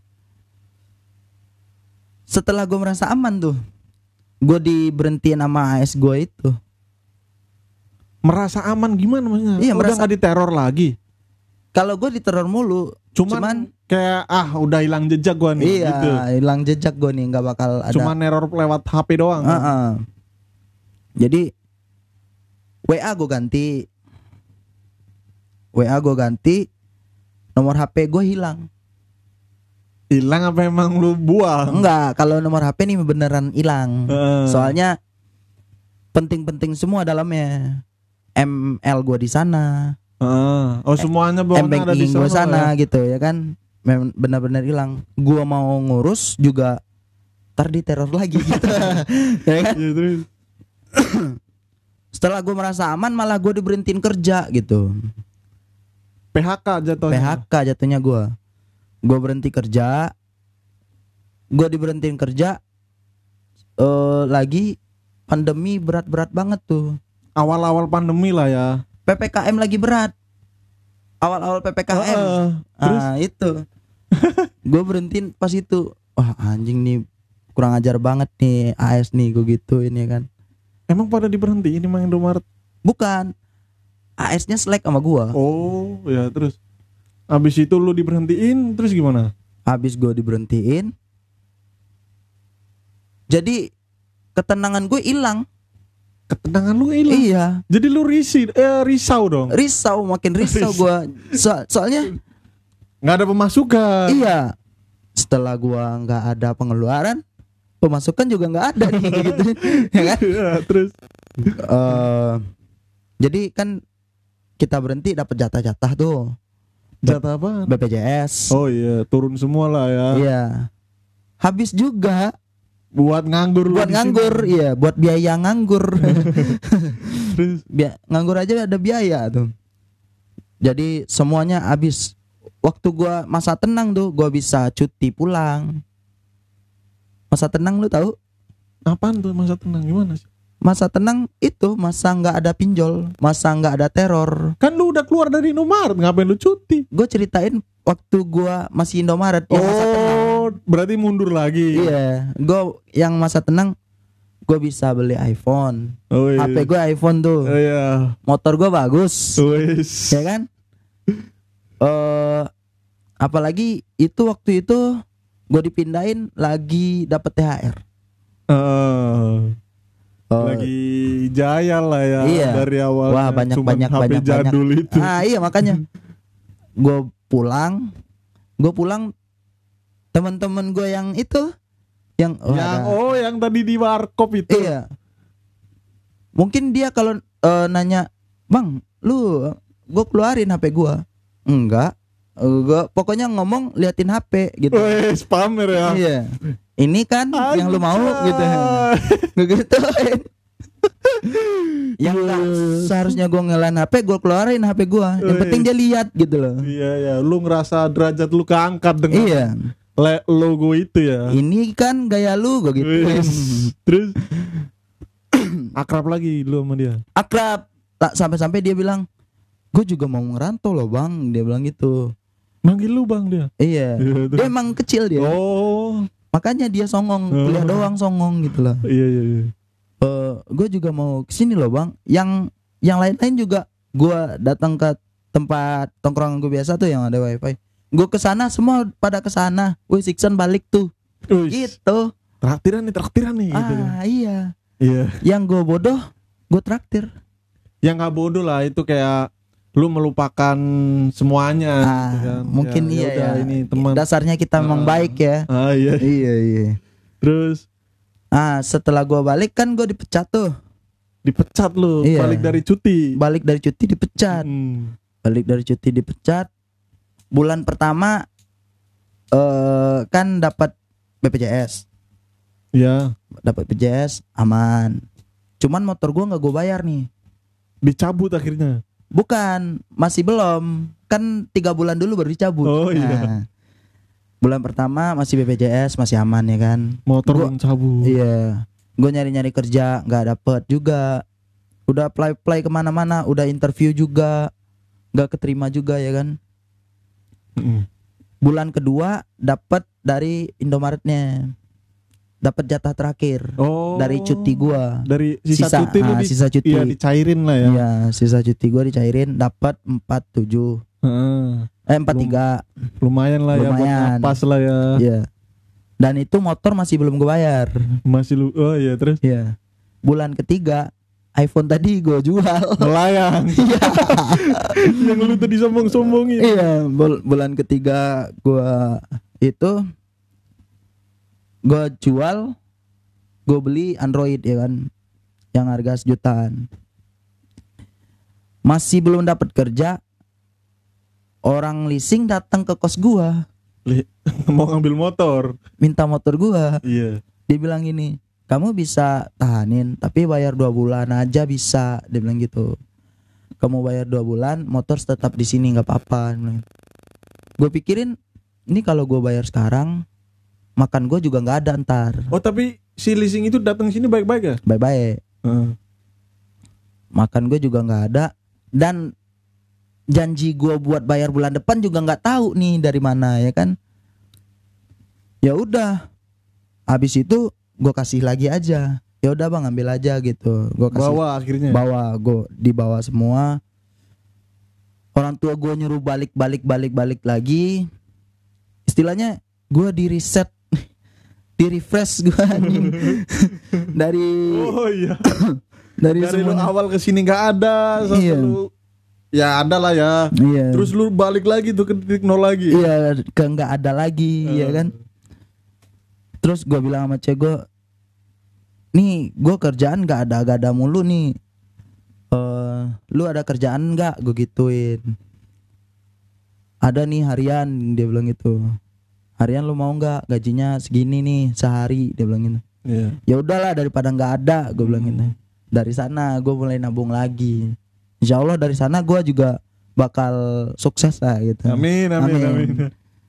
Setelah gue merasa aman tuh, gue diberhentiin sama A S gue itu. Merasa aman gimana maksudnya? Iya, udah merasa nggak diteror lagi. Kalau gue diteror mulu, cuman, cuman kayak ah udah hilang jejak gue nih. Iya, gitu. hilang jejak gue nih, nggak bakal ada. Cuman neror lewat H P doang. Uh-uh. Kan? Jadi W A gue ganti, W A gue ganti, nomor H P gue hilang. Hilang apa emang lu buang? Enggak, kalau nomor H P nih beneran hilang. Uh. Soalnya penting-penting semua dalamnya. M L gue di sana. Uh, oh semuanya bawahnya ada di sana, gue sana ya? Gitu ya kan, memang benar-benar hilang. Gue mau ngurus juga ntar diteror lagi gitu. Ya kan? Ya, terus. Setelah gue merasa aman malah gue diberhentiin kerja gitu. P H K jatuhnya. P H K jatuhnya gue. Gue berhenti kerja. Gue diberhentiin kerja. Uh, lagi pandemi berat-berat banget tuh. Awal-awal pandemi lah ya. P P K M lagi berat. Awal-awal P P K M. Uh, terus? Ah itu. Gue berhentiin pas itu. Wah anjing nih, kurang ajar banget nih A S nih, gue gituin ya kan. Emang pada diberhentiin ini main Indomaret? Bukan, A S-nya selek sama gue. Oh ya, terus abis itu lu diberhentiin, terus gimana? Abis gue diberhentiin, jadi ketenangan gue hilang. Ketenangan lu hilang? Iya. Jadi lu risi, eh, risau dong? Risau, makin risau gue. So, soalnya nggak ada pemasukan. Iya. Setelah gue nggak ada pengeluaran, pemasukan juga nggak ada nih gitu. Ya kan? Ya, terus uh, jadi kan kita berhenti dapat jatah-jatah tuh. Jatah apa? B P J S. Oh iya, turun semua lah ya. Iya. Habis juga buat nganggur. Buat nganggur, sini. Iya, buat biaya nganggur. Terus Bi- nganggur aja ada biaya tuh. Jadi semuanya habis. Waktu gua masa tenang tuh, gua bisa cuti pulang. Masa tenang lu tahu? Apaan tuh masa tenang, gimana sih? Masa tenang itu masa nggak ada pinjol, masa nggak ada teror. Kan lu udah keluar dari Indomaret, ngapain lu cuti? Gue ceritain waktu gua masih Indomaret yang oh, masa tenang. Berarti mundur lagi. Iya, gue yang masa tenang, gue bisa beli iPhone. Oh, iya. H P gue iPhone tuh. Oh, iya. Motor gue bagus. Oh, yes. Ya kan? Eh, uh, apalagi itu waktu itu gue dipindahin lagi dapet T H R. Uh. Uh, lagi jaya lah ya, iya. Dari awal. Wah banyak banyak H P banyak jadul banyak. Itu. Ah iya makanya. Gue pulang, gue pulang teman-teman gue yang itu, yang oh, yang ada. Oh yang tadi di warkop itu. Iya. Mungkin dia kalau uh, nanya, bang, lu, gue keluarin H P gue. Enggak. Gue pokoknya ngomong liatin H P gitu. Weh, spamer ya. Iya. Ini kan Aja. Yang lu mau gitu. Gue gituin. Yang nggak seharusnya gue ngelain H P, gue keluarin H P gue. Yang penting dia lihat gitu loh. Iya ya, lu ngerasa derajat lu keangkat dengan Iya. le- logo itu ya. Ini kan gaya lu gue gitu. Wis. Terus akrab lagi lu sama dia. Akrab. Tak sampai-sampai dia bilang, gue juga mau ngerantau loh bang. Dia bilang gitu. Manggil lu bang dia. Iya. Iya, terus? Dia emang kecil dia. Oh. Makanya dia songong, kuliah doang songong gitu loh. Iya iya iya. Eh, gue juga mau kesini loh bang. Yang yang lain-lain juga gue datang ke tempat tongkrongan gue biasa tuh yang ada wifi. Gue kesana semua pada kesana. Wih Sikson balik tuh. Uish. Gitu. Traktiran nih, traktiran nih gitu. Ah iya. Iya. Yang gue bodoh, gue traktir. Yang nggak bodoh lah itu kayak lu melupakan semuanya. Ah, gitu kan. mungkin Ya, iya yaudah, ya. Ini teman. Dasarnya kita memang Ah. baik ya. Ah iya. Iya iya. Terus Ah setelah gue balik kan gue dipecat tuh. dipecat lu, Iya. balik dari cuti. Balik dari cuti dipecat. Hmm. Balik dari cuti dipecat. Bulan pertama eh kan dapat B P J S. Ya, Dapat B P J S aman. Cuman motor gua nggak gue bayar nih. dicabut akhirnya. Bukan, masih belum. Kan tiga bulan dulu baru dicabut. Oh, iya. Nah, bulan pertama masih B P J S, masih aman ya kan. Motor Gua- belum cabut. Iya. Gue nyari-nyari kerja nggak dapet juga. Udah apply-apply kemana-mana, udah interview juga, nggak keterima juga ya kan. Mm-mm. Bulan kedua dapat dari Indomaretnya, dapat jatah terakhir Oh. dari cuti gua. Dari sisa, Sisa, cuti lu ah, di, sisa cuti. iya, dicairin lah ya. Iya, sisa cuti gua dicairin dapat empat puluh tujuh. Heeh. Eh empat puluh tiga. Lumayan lah ya buat Lumayan. napas lah ya. Iya. Dan itu motor masih belum gue bayar. Masih lu. Oh iya, terus Iya. Bulan ketiga iPhone tadi gue jual. melayang. Yang lu tadi sombong-sombongin. Iya, bul- bulan ketiga gua itu gua jual, gua beli Android ya kan, yang harga sejutaan. Masih belum dapat kerja, orang leasing datang ke kos gua, Li- Mau ngambil motor. minta motor gua. Iya. Dia bilang gini, kamu bisa tahanin, tapi bayar dua bulan aja bisa. Dia bilang gitu. Kamu bayar dua bulan, motor tetap di sini nggak apa-apa. Gue pikirin, ini kalau gue bayar sekarang, makan gue juga nggak ada ntar. Oh, tapi si leasing itu datang sini baik-baik ya? Bye-bye. Heeh. Makan gue juga nggak ada. Dan janji gue buat bayar bulan depan juga nggak tahu nih dari mana ya kan. Ya udah, habis itu gue kasih lagi aja. Ya udah bang, ambil aja gitu. Gue kasih. Bawa akhirnya. Bawa, gue dibawa semua. Orang tua gue nyuruh balik balik balik balik lagi. Istilahnya gue di reset, di refresh gue dari Oh iya. dari, Dari lu semuanya. awal ke sini nggak ada, sampai Iya. lu ya ada lah ya. Iya. Terus lu balik lagi tuh ke titik nol lagi. Iya, ke nggak ada lagi Eh. ya kan. Terus gue bilang sama cewek gue, nih gue kerjaan nggak ada gak ada mulu nih. Eh, lu ada kerjaan nggak? Gue gituin. Ada nih harian, dia bilang gitu. Harian lu mau nggak? Gajinya segini nih sehari, dia bilang gitu. Iya. Ya udahlah daripada nggak ada, gue bilang gitu. Dari sana gue mulai nabung lagi. Insya Allah dari sana gue juga bakal sukses lah gitu. Amin amin amin. Amin.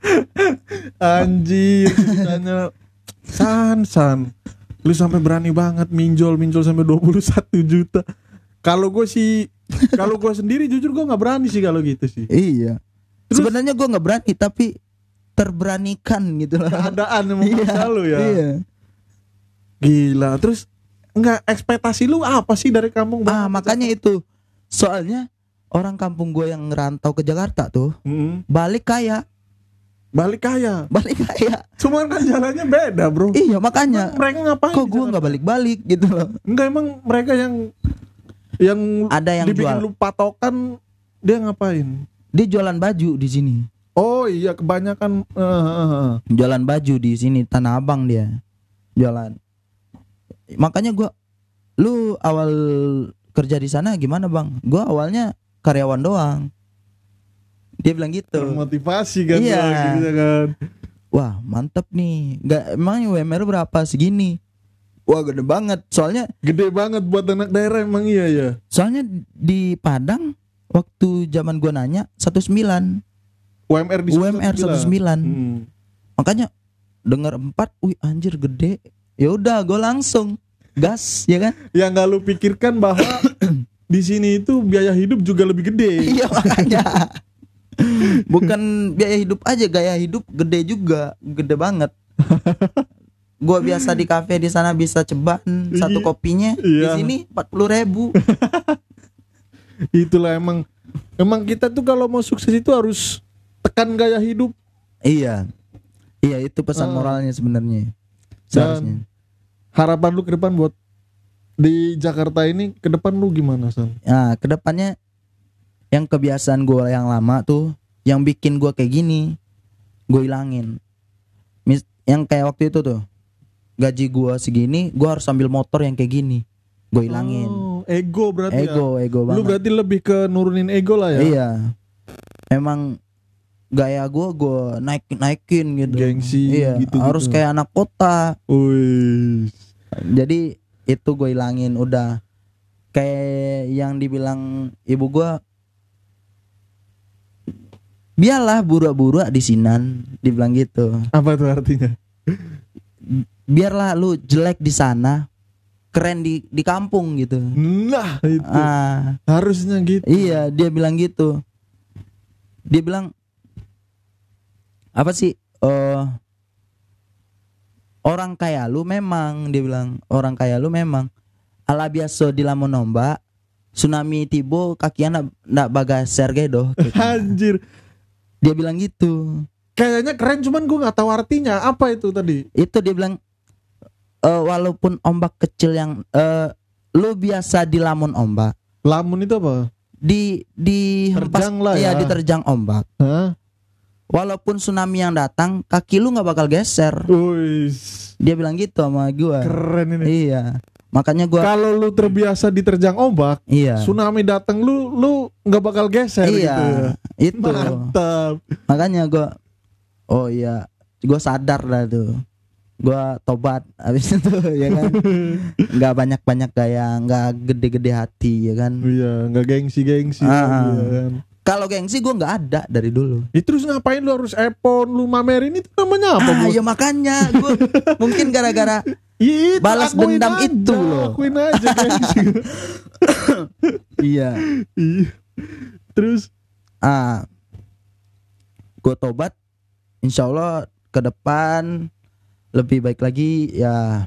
Anjir, ceritanya San San. Lu sampai berani banget minjol minjol sampai dua puluh satu juta. Kalau gue sih, kalau gue sendiri jujur gue nggak berani sih kalau gitu sih. Iya. Terus- Sebenarnya gue nggak berani tapi terberanikan gitu loh. Keadaan yang memaksa lu ya. Iya. Gila. Terus nggak, ekspektasi lu apa sih dari kampung? Ah makanya itu. Soalnya orang kampung gue yang ngerantau ke Jakarta tuh Mm-mm. balik kaya, Balik kaya. balik kaya. Cuman kan jalannya beda bro. Iya makanya. Mereka ngapain? Kok di gue Jakarta? nggak balik-balik gitu loh. Enggak, emang mereka yang yang Ada yang dibikin jual. lu patokan, dia ngapain? Dia jualan baju di sini. Oh iya, kebanyakan eh, eh, eh. Jualan baju di sini Tanah Abang dia. Jualan. Makanya gua, lu awal kerja di sana gimana bang? Gua awalnya karyawan doang. Dia bilang gitu. termotivasi kan, Iya. bro, gitu kan. Wah mantep nih. Gak emang U M R berapa segini? Wah gede banget. Soalnya Gede banget buat anak daerah emang iya ya. soalnya di Padang waktu zaman gua nanya satu koma sembilan. U M R di U M R satu koma sembilan. Hmm. Makanya dengar empat, wih anjir gede. Ya udah gua langsung gas ya kan. Yang nggak lu pikirkan bahwa di sini itu biaya hidup juga lebih gede. Iya makanya. Bukan biaya hidup aja, gaya hidup gede juga, gede banget. Gua biasa di kafe di sana bisa ceban satu kopinya, di Iya. sini empat puluh ribu. Itulah emang emang kita tuh kalau mau sukses itu harus tekan gaya hidup. Iya, iya itu pesan Ah. moralnya sebenarnya. Seharusnya. Dan harapan lu ke depan buat di Jakarta ini ke depan lu gimana, San? Nah, kedepannya yang kebiasaan gue yang lama tuh, yang bikin gue kayak gini, gue hilangin. Mis- yang kayak waktu itu tuh, gaji gue segini, gue harus ambil motor yang kayak gini, gue hilangin. Oh, ego berarti Ego, ya. ego Lu banget. berarti lebih ke nurunin ego lah ya. Iya, emang gaya gue gue naik naikin gitu. Gengsi Iya, gitu-gitu. harus kayak anak kota. Wih. Jadi itu gue hilangin udah. Kayak yang dibilang ibu gue, biarlah buru-buru di sinan, dibilang gitu. Apa tuh artinya? Biarlah lu jelek di sana, keren di di kampung gitu. Nah, itu. Ah, Harusnya gitu. iya dia bilang gitu. Dia bilang apa sih? Eh orang kaya lu memang, dia bilang orang kaya lu memang ala biasa di lamun nomba tsunami tibo kakian ndak baga sergedo gitu. Anjir. Dia bilang gitu. Kayaknya keren cuman gue nggak tahu artinya apa itu tadi. Itu dia bilang eh, walaupun ombak kecil yang eh, lu biasa di lamun ombak, Lamun itu apa? di di hempas, Terjang lah iya, ya. diterjang ombak. Hah? Walaupun tsunami yang datang, kaki lu nggak bakal geser. Wih. Dia bilang gitu sama gua. Keren ini. Iya. Makanya gua Kalau lu terbiasa diterjang ombak, iya. tsunami datang lu lu nggak bakal geser Iya. gitu. ya. Itu. Mantap. Makanya gua oh iya, gua sadar lah tuh. Gua tobat habis itu ya kan. Nggak banyak-banyak gaya, nggak gede-gede hati ya kan. Iya, nggak gengsi-gengsi Ah. lagi, ya kan. Kalau gengsi gua nggak ada dari dulu. Ya, terus ngapain lu harus epon, lu mamerin itu namanya apa, Ah, Bos? ya makanya gua mungkin gara-gara Itu, balas akuin dendam aja, itu loh. Akuin aja gengsi. iya. Iya. Terus Ah, gue tobat, insya Allah ke depan lebih baik lagi ya,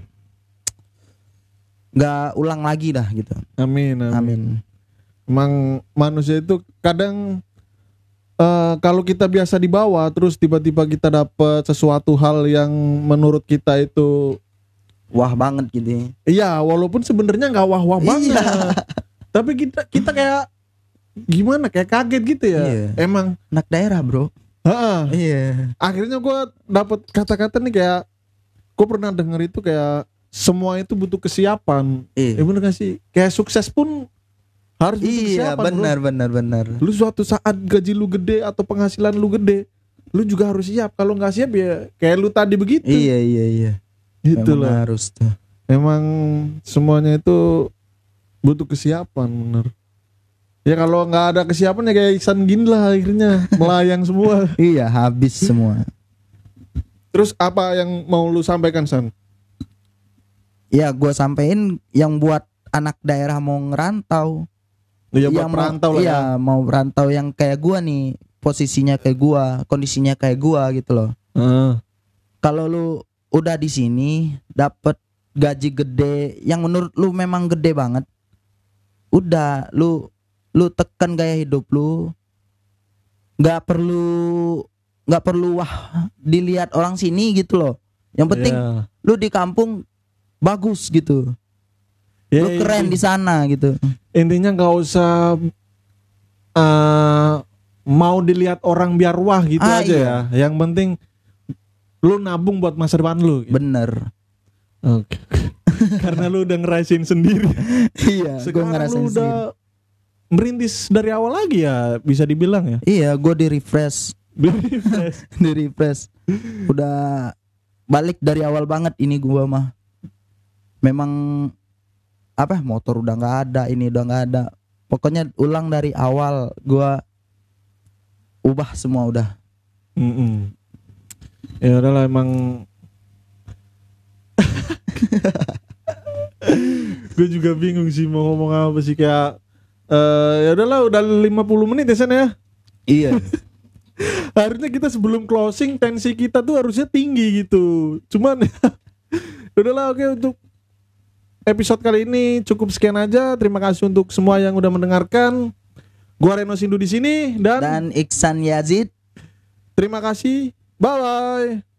nggak ulang lagi dah gitu. amin, amin. Amin. Emang manusia itu kadang eh, kalau kita biasa dibawa terus tiba-tiba kita dapat sesuatu hal yang menurut kita itu Wah banget gitu. iya, walaupun sebenarnya nggak wah-wah banget. Iya. Tapi kita kita kayak gimana, kayak kaget gitu ya. Iya. Emang Anak daerah bro. heeh. Iya. Akhirnya gue dapat kata-kata nih kayak gue pernah denger itu kayak semua itu butuh kesiapan. Iya. Ya bener gak sih? Kayak sukses pun harus butuh Iya kesiapan. benar bro. benar benar. Lu suatu saat gaji lu gede atau penghasilan lu gede, lu juga harus siap. Kalau nggak siap ya kayak lu tadi begitu. Iya iya iya. Gitu Memang lah. harus tuh. Emang semuanya itu butuh kesiapan, bener. Ya kalau nggak ada kesiapan ya kayak Iksan gini lah akhirnya melayang semua. Iya habis semua. Terus apa yang mau lu sampaikan, San? Ya gue sampein yang buat anak daerah mau ngerantau. Ya buat yang perantau mau, lah iya, ya. mau perantau yang kayak gua nih, posisinya kayak gua, kondisinya kayak gua gitu loh. Heeh. Kalau lu udah di sini dapet gaji gede yang menurut lu memang gede banget, udah lu lu tekan gaya hidup lu, nggak perlu nggak perlu wah dilihat orang sini gitu loh. Yang penting Ya. lu di kampung bagus gitu, Ya, lu keren inti- di sana gitu. Intinya nggak usah eh, mau dilihat orang biar wah gitu Ah, aja iya. ya. Yang penting lu nabung buat masa depan lu. Gitu. Bener. Oke. Karena lu udah ngerasain sendiri. Iya, gua Sekarang ngerasain lu udah sendiri. merintis dari awal lagi ya, bisa dibilang ya. Iya, gue di refresh, Very fresh. di refresh. Udah balik dari awal banget ini gua mah. memang apa motor udah nggak ada, ini udah nggak ada. Pokoknya ulang dari awal, gua ubah semua udah. Mm-mm. Ya udahlah emang. Gue juga bingung sih mau ngomong apa sih, kayak uh, ya udahlah udah lima puluh menit ya Sen ya. Iya. Harusnya kita sebelum closing tensi kita tuh harusnya tinggi gitu. Cuman udahlah, oke, untuk episode kali ini cukup sekian aja. Terima kasih untuk semua yang udah mendengarkan. Gua Reno Sindu di sini dan Dan Iksan Yazid. terima kasih. Bye bye.